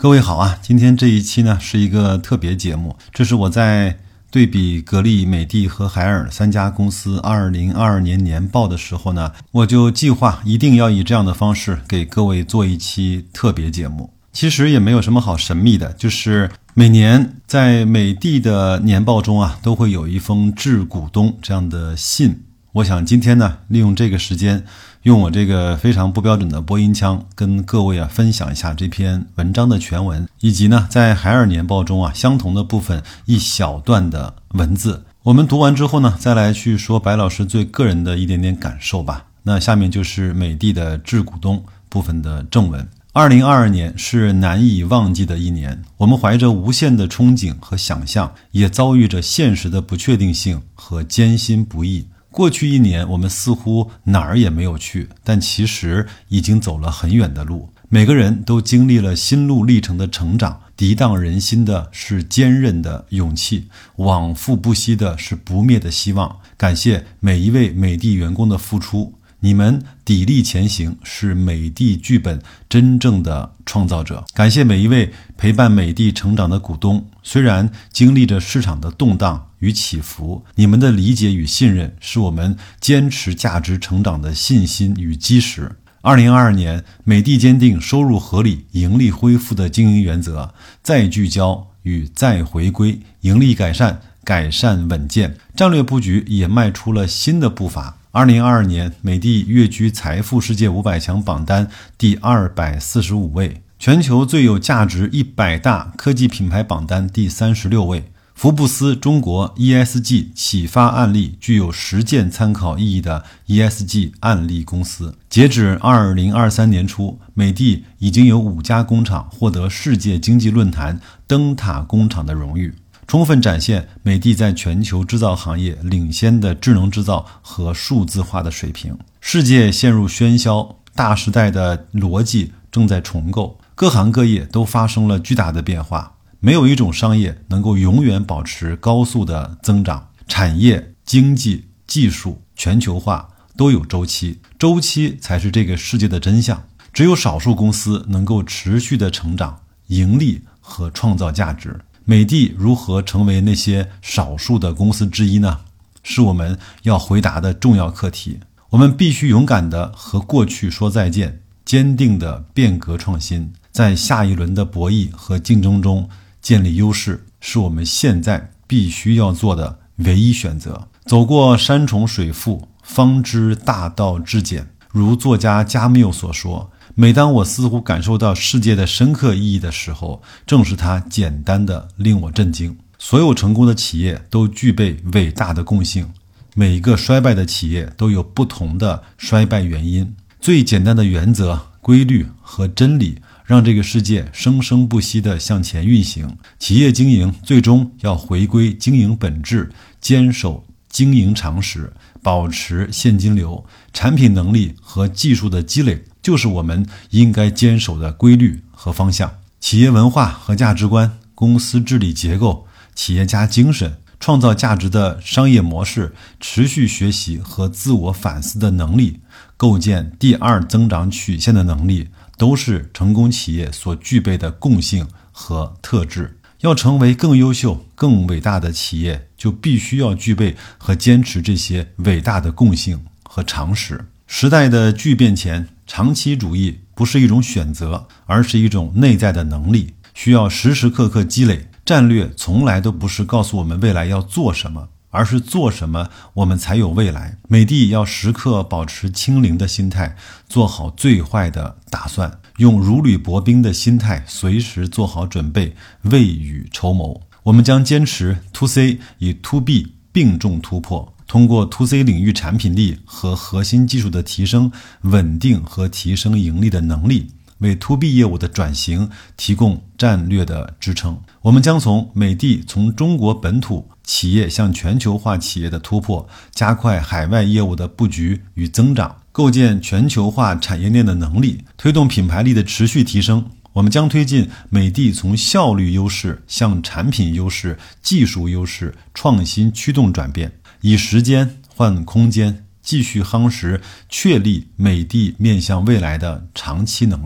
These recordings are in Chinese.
各位好啊，今天这一期呢是一个特别节目，这是我在对比格力、美的和海尔三家公司2022年年报的时候呢，我就计划一定要以这样的方式给各位做一期特别节目。其实也没有什么好神秘的，就是每年在美的的年报中啊，都会有一封致股东这样的信。我想今天呢，利用这个时间，用我这个非常不标准的播音腔，跟各位分享一下这篇文章的全文，以及呢，在海尔年报中相同的部分一小段的文字。我们读完之后呢，再来去说白老师最个人的一点点感受吧。那下面就是美的的致股东部分的正文。2022年是难以忘记的一年，我们怀着无限的憧憬和想象，也遭遇着现实的不确定性和艰辛不易。过去一年，我们似乎哪儿也没有去，但其实已经走了很远的路。每个人都经历了心路历程的成长，涤荡人心的是坚韧的勇气，往复不息的是不灭的希望。感谢每一位美的员工的付出，你们砥砺前行，是美的剧本真正的创造者。感谢每一位陪伴美的成长的股东，虽然经历着市场的动荡与起伏，你们的理解与信任是我们坚持价值成长的信心与基石。2022年，美的坚定收入合理、盈利恢复的经营原则，再聚焦与再回归，盈利改善稳健，战略布局也迈出了新的步伐。2022年，美的跃居财富世界500强榜单第245位，全球最有价值100大科技品牌榜单第36位。福布斯中国 ESG 启发案例具有实践参考意义的 ESG 案例公司。截止2023年初，美的已经有5家工厂获得世界经济论坛灯塔工厂的荣誉，充分展现美的在全球制造行业领先的智能制造和数字化的水平。世界陷入喧嚣，大时代的逻辑正在重构，各行各业都发生了巨大的变化。没有一种商业能够永远保持高速的增长，产业、经济、技术、全球化都有周期，周期才是这个世界的真相。只有少数公司能够持续的成长、盈利和创造价值。美的如何成为那些少数的公司之一呢？是我们要回答的重要课题。我们必须勇敢地和过去说再见，坚定地变革创新，在下一轮的博弈和竞争中建立优势，是我们现在必须要做的唯一选择。走过山重水复，方知大道至简。如作家加缪所说，每当我似乎感受到世界的深刻意义的时候，正是它简单的令我震惊。所有成功的企业都具备伟大的共性，每一个衰败的企业都有不同的衰败原因。最简单的原则、规律和真理让这个世界生生不息地向前运行。企业经营最终要回归经营本质，坚守经营常识，保持现金流。产品能力和技术的积累就是我们应该坚守的规律和方向。企业文化和价值观、公司治理结构、企业家精神、创造价值的商业模式、持续学习和自我反思的能力、构建第二增长曲线的能力，都是成功企业所具备的共性和特质。要成为更优秀、更伟大的企业，就必须要具备和坚持这些伟大的共性和常识。时代的巨变前，长期主义不是一种选择，而是一种内在的能力，需要时时刻刻积累。战略从来都不是告诉我们未来要做什么，而是做什么我们才有未来。美的要时刻保持清零的心态，做好最坏的打算，用如履薄冰的心态随时做好准备，未雨绸缪。我们将坚持 To C 与 To B 并重突破，通过 To C 领域产品力和核心技术的提升，稳定和提升盈利的能力，为 To B 业务的转型提供战略的支撑。我们将从美的从中国本土企业向全球化企业的突破，加快海外业务的布局与增长，构建全球化产业链的能力，推动品牌力的持续提升。我们将推进美的从效率优势向产品优势、技术优势、创新驱动转变，以时间换空间，继续夯实确立美的面向未来的长期能力。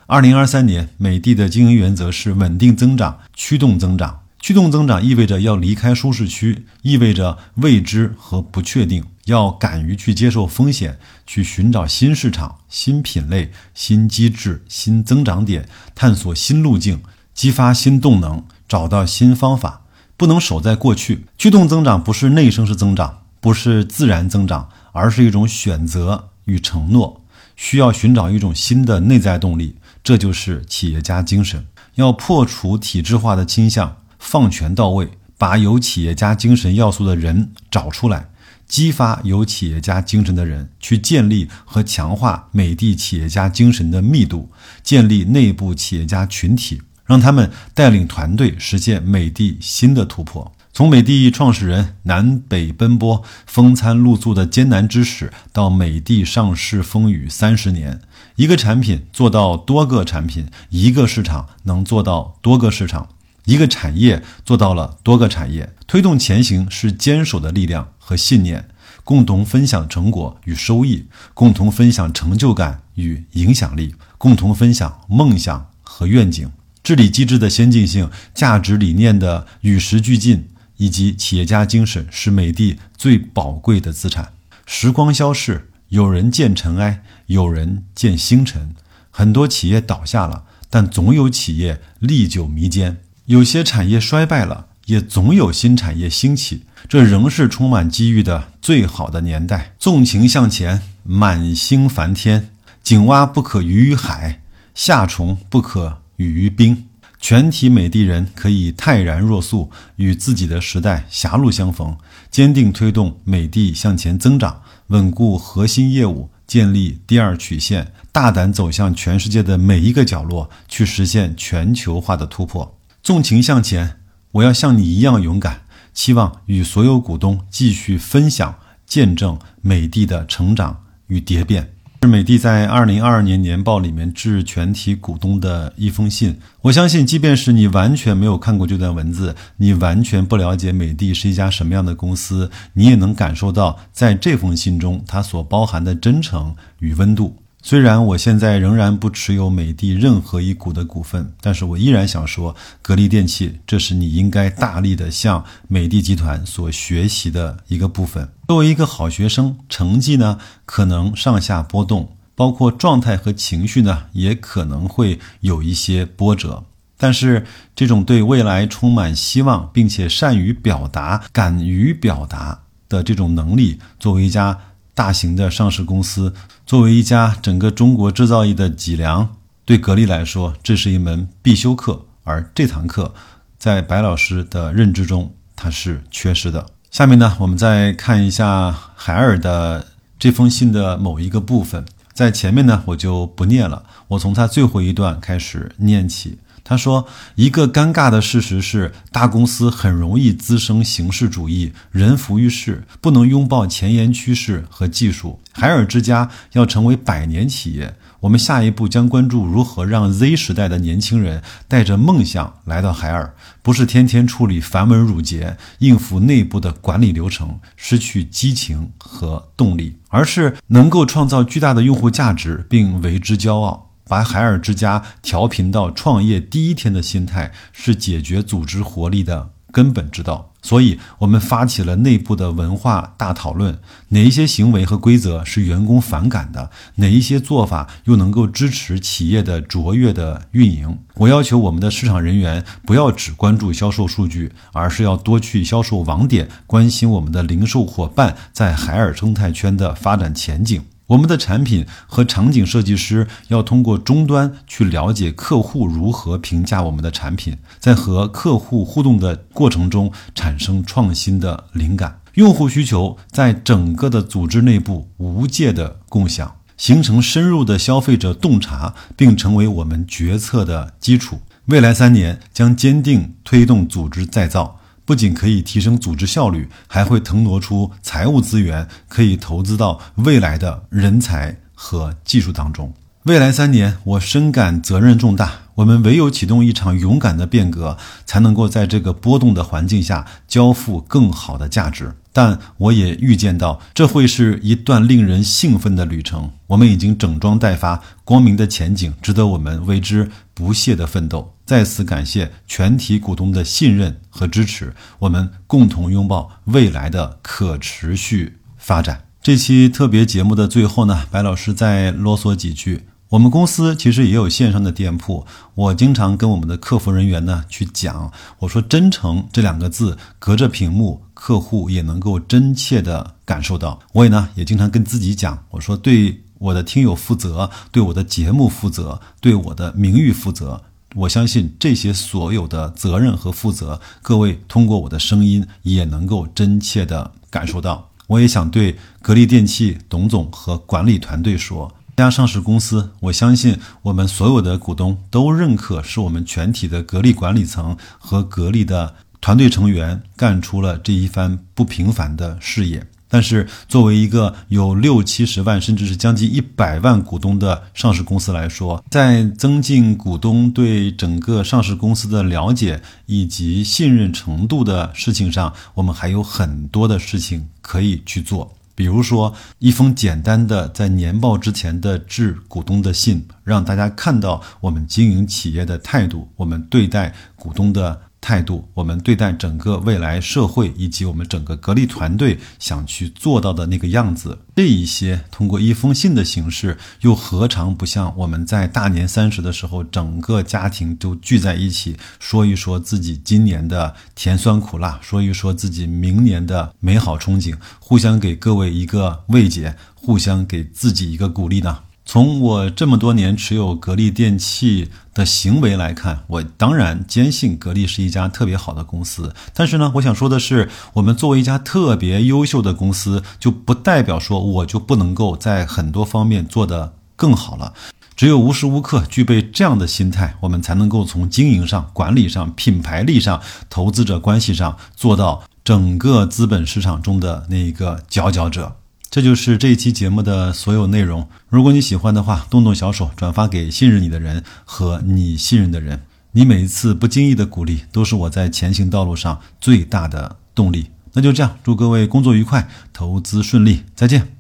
2023年，美的的经营原则是稳定增长、驱动增长。驱动增长意味着要离开舒适区，意味着未知和不确定，要敢于去接受风险，去寻找新市场、新品类、新机制、新增长点，探索新路径，激发新动能，找到新方法，不能守在过去。驱动增长不是内生式增长，不是自然增长，而是一种选择与承诺，需要寻找一种新的内在动力，这就是企业家精神。要破除体制化的倾向，放权到位，把有企业家精神要素的人找出来，激发有企业家精神的人，去建立和强化美的企业家精神的密度，建立内部企业家群体，让他们带领团队实现美的新的突破。从美的创始人南北奔波、风餐露宿的艰难之始，到美的上市风雨30年，一个产品做到多个产品，一个市场能做到多个市场，一个产业做到了多个产业。推动前行是坚守的力量和信念，共同分享成果与收益，共同分享成就感与影响力，共同分享梦想和愿景。治理机制的先进性、价值理念的与时俱进，以及企业家精神是美的最宝贵的资产。时光消逝，有人见尘埃，有人见星辰。很多企业倒下了，但总有企业历久弥坚。有些产业衰败了，也总有新产业兴起。这仍是充满机遇的最好的年代。纵情向前，满星繁天。井蛙不可语于海，夏虫不可语于冰。全体美的人可以泰然若素，与自己的时代狭路相逢，坚定推动美的向前增长，稳固核心业务，建立第二曲线，大胆走向全世界的每一个角落，去实现全球化的突破。纵情向前，我要像你一样勇敢，期望与所有股东继续分享、见证美的的成长与蝶变。是美的在2022年年报里面致全体股东的一封信。我相信即便是你完全没有看过这段文字，你完全不了解美的是一家什么样的公司，你也能感受到在这封信中它所包含的真诚与温度。虽然我现在仍然不持有美的任何一股的股份，但是我依然想说，格力电器，这是你应该大力的向美的集团所学习的一个部分。作为一个好学生，成绩呢可能上下波动，包括状态和情绪呢也可能会有一些波折。但是这种对未来充满希望，并且善于表达、敢于表达的这种能力，作为一家大型的上市公司，作为一家整个中国制造业的脊梁，对格力来说，这是一门必修课，而这堂课在白老师的认知中，它是缺失的。下面呢，我们再看一下海尔的这封信的某一个部分，在前面呢，我就不念了，我从他最后一段开始念起。他说，一个尴尬的事实是，大公司很容易滋生形式主义，人浮于事，不能拥抱前沿趋势和技术。海尔之家要成为100年企业，我们下一步将关注如何让 Z 时代的年轻人带着梦想来到海尔，不是天天处理繁文缛节，应付内部的管理流程，失去激情和动力，而是能够创造巨大的用户价值并为之骄傲。把海尔之家调频到创业第一天的心态，是解决组织活力的根本之道。所以我们发起了内部的文化大讨论，哪一些行为和规则是员工反感的，哪一些做法又能够支持企业的卓越的运营。我要求我们的市场人员不要只关注销售数据，而是要多去销售网点，关心我们的零售伙伴在海尔生态圈的发展前景。我们的产品和场景设计师要通过终端去了解客户如何评价我们的产品，在和客户互动的过程中产生创新的灵感。用户需求在整个的组织内部无界的共享，形成深入的消费者洞察，并成为我们决策的基础。未来3年将坚定推动组织再造，不仅可以提升组织效率，还会腾挪出财务资源，可以投资到未来的人才和技术当中。未来3年，我深感责任重大， 我们唯有启动一场勇敢的变革，才能够在这个波动的环境下交付更好的价值。但我也预见到，这会是一段令人兴奋的旅程。我们已经整装待发，光明的前景值得我们为之不懈的奋斗。再次感谢全体股东的信任和支持，我们共同拥抱未来的可持续发展。这期特别节目的最后呢，白老师再啰嗦几句。我们公司其实也有线上的店铺，我经常跟我们的客服人员呢去讲，我说真诚这2个字隔着屏幕客户也能够真切的感受到。我也经常跟自己讲，我说对我的听友负责，对我的节目负责，对我的名誉负责。我相信这些所有的责任和负责，各位通过我的声音也能够真切的感受到。我也想对格力电器董总和管理团队说，这家上市公司，我相信我们所有的股东都认可，是我们全体的格力管理层和格力的团队成员干出了这一番不平凡的事业。但是作为一个有60-70万甚至是将近100万股东的上市公司来说，在增进股东对整个上市公司的了解以及信任程度的事情上，我们还有很多的事情可以去做。比如说一封简单的在年报之前的致股东的信，让大家看到我们经营企业的态度，我们对待股东的态度，我们对待整个未来社会以及我们整个格力团队想去做到的那个样子。这一些通过一封信的形式，又何尝不像我们在大年30的时候，整个家庭都聚在一起，说一说自己今年的甜酸苦辣，说一说自己明年的美好憧憬，互相给各位一个慰藉，互相给自己一个鼓励呢？从我这么多年持有格力电器的行为来看，我当然坚信格力是一家特别好的公司。但是呢，我想说的是，我们作为一家特别优秀的公司，就不代表说我就不能够在很多方面做得更好了。只有无时无刻具备这样的心态，我们才能够从经营上、管理上、品牌力上、投资者关系上做到整个资本市场中的那一个佼佼者。这就是这一期节目的所有内容。如果你喜欢的话，动动小手转发给信任你的人和你信任的人。你每一次不经意的鼓励，都是我在前行道路上最大的动力。那就这样，祝各位工作愉快，投资顺利，再见。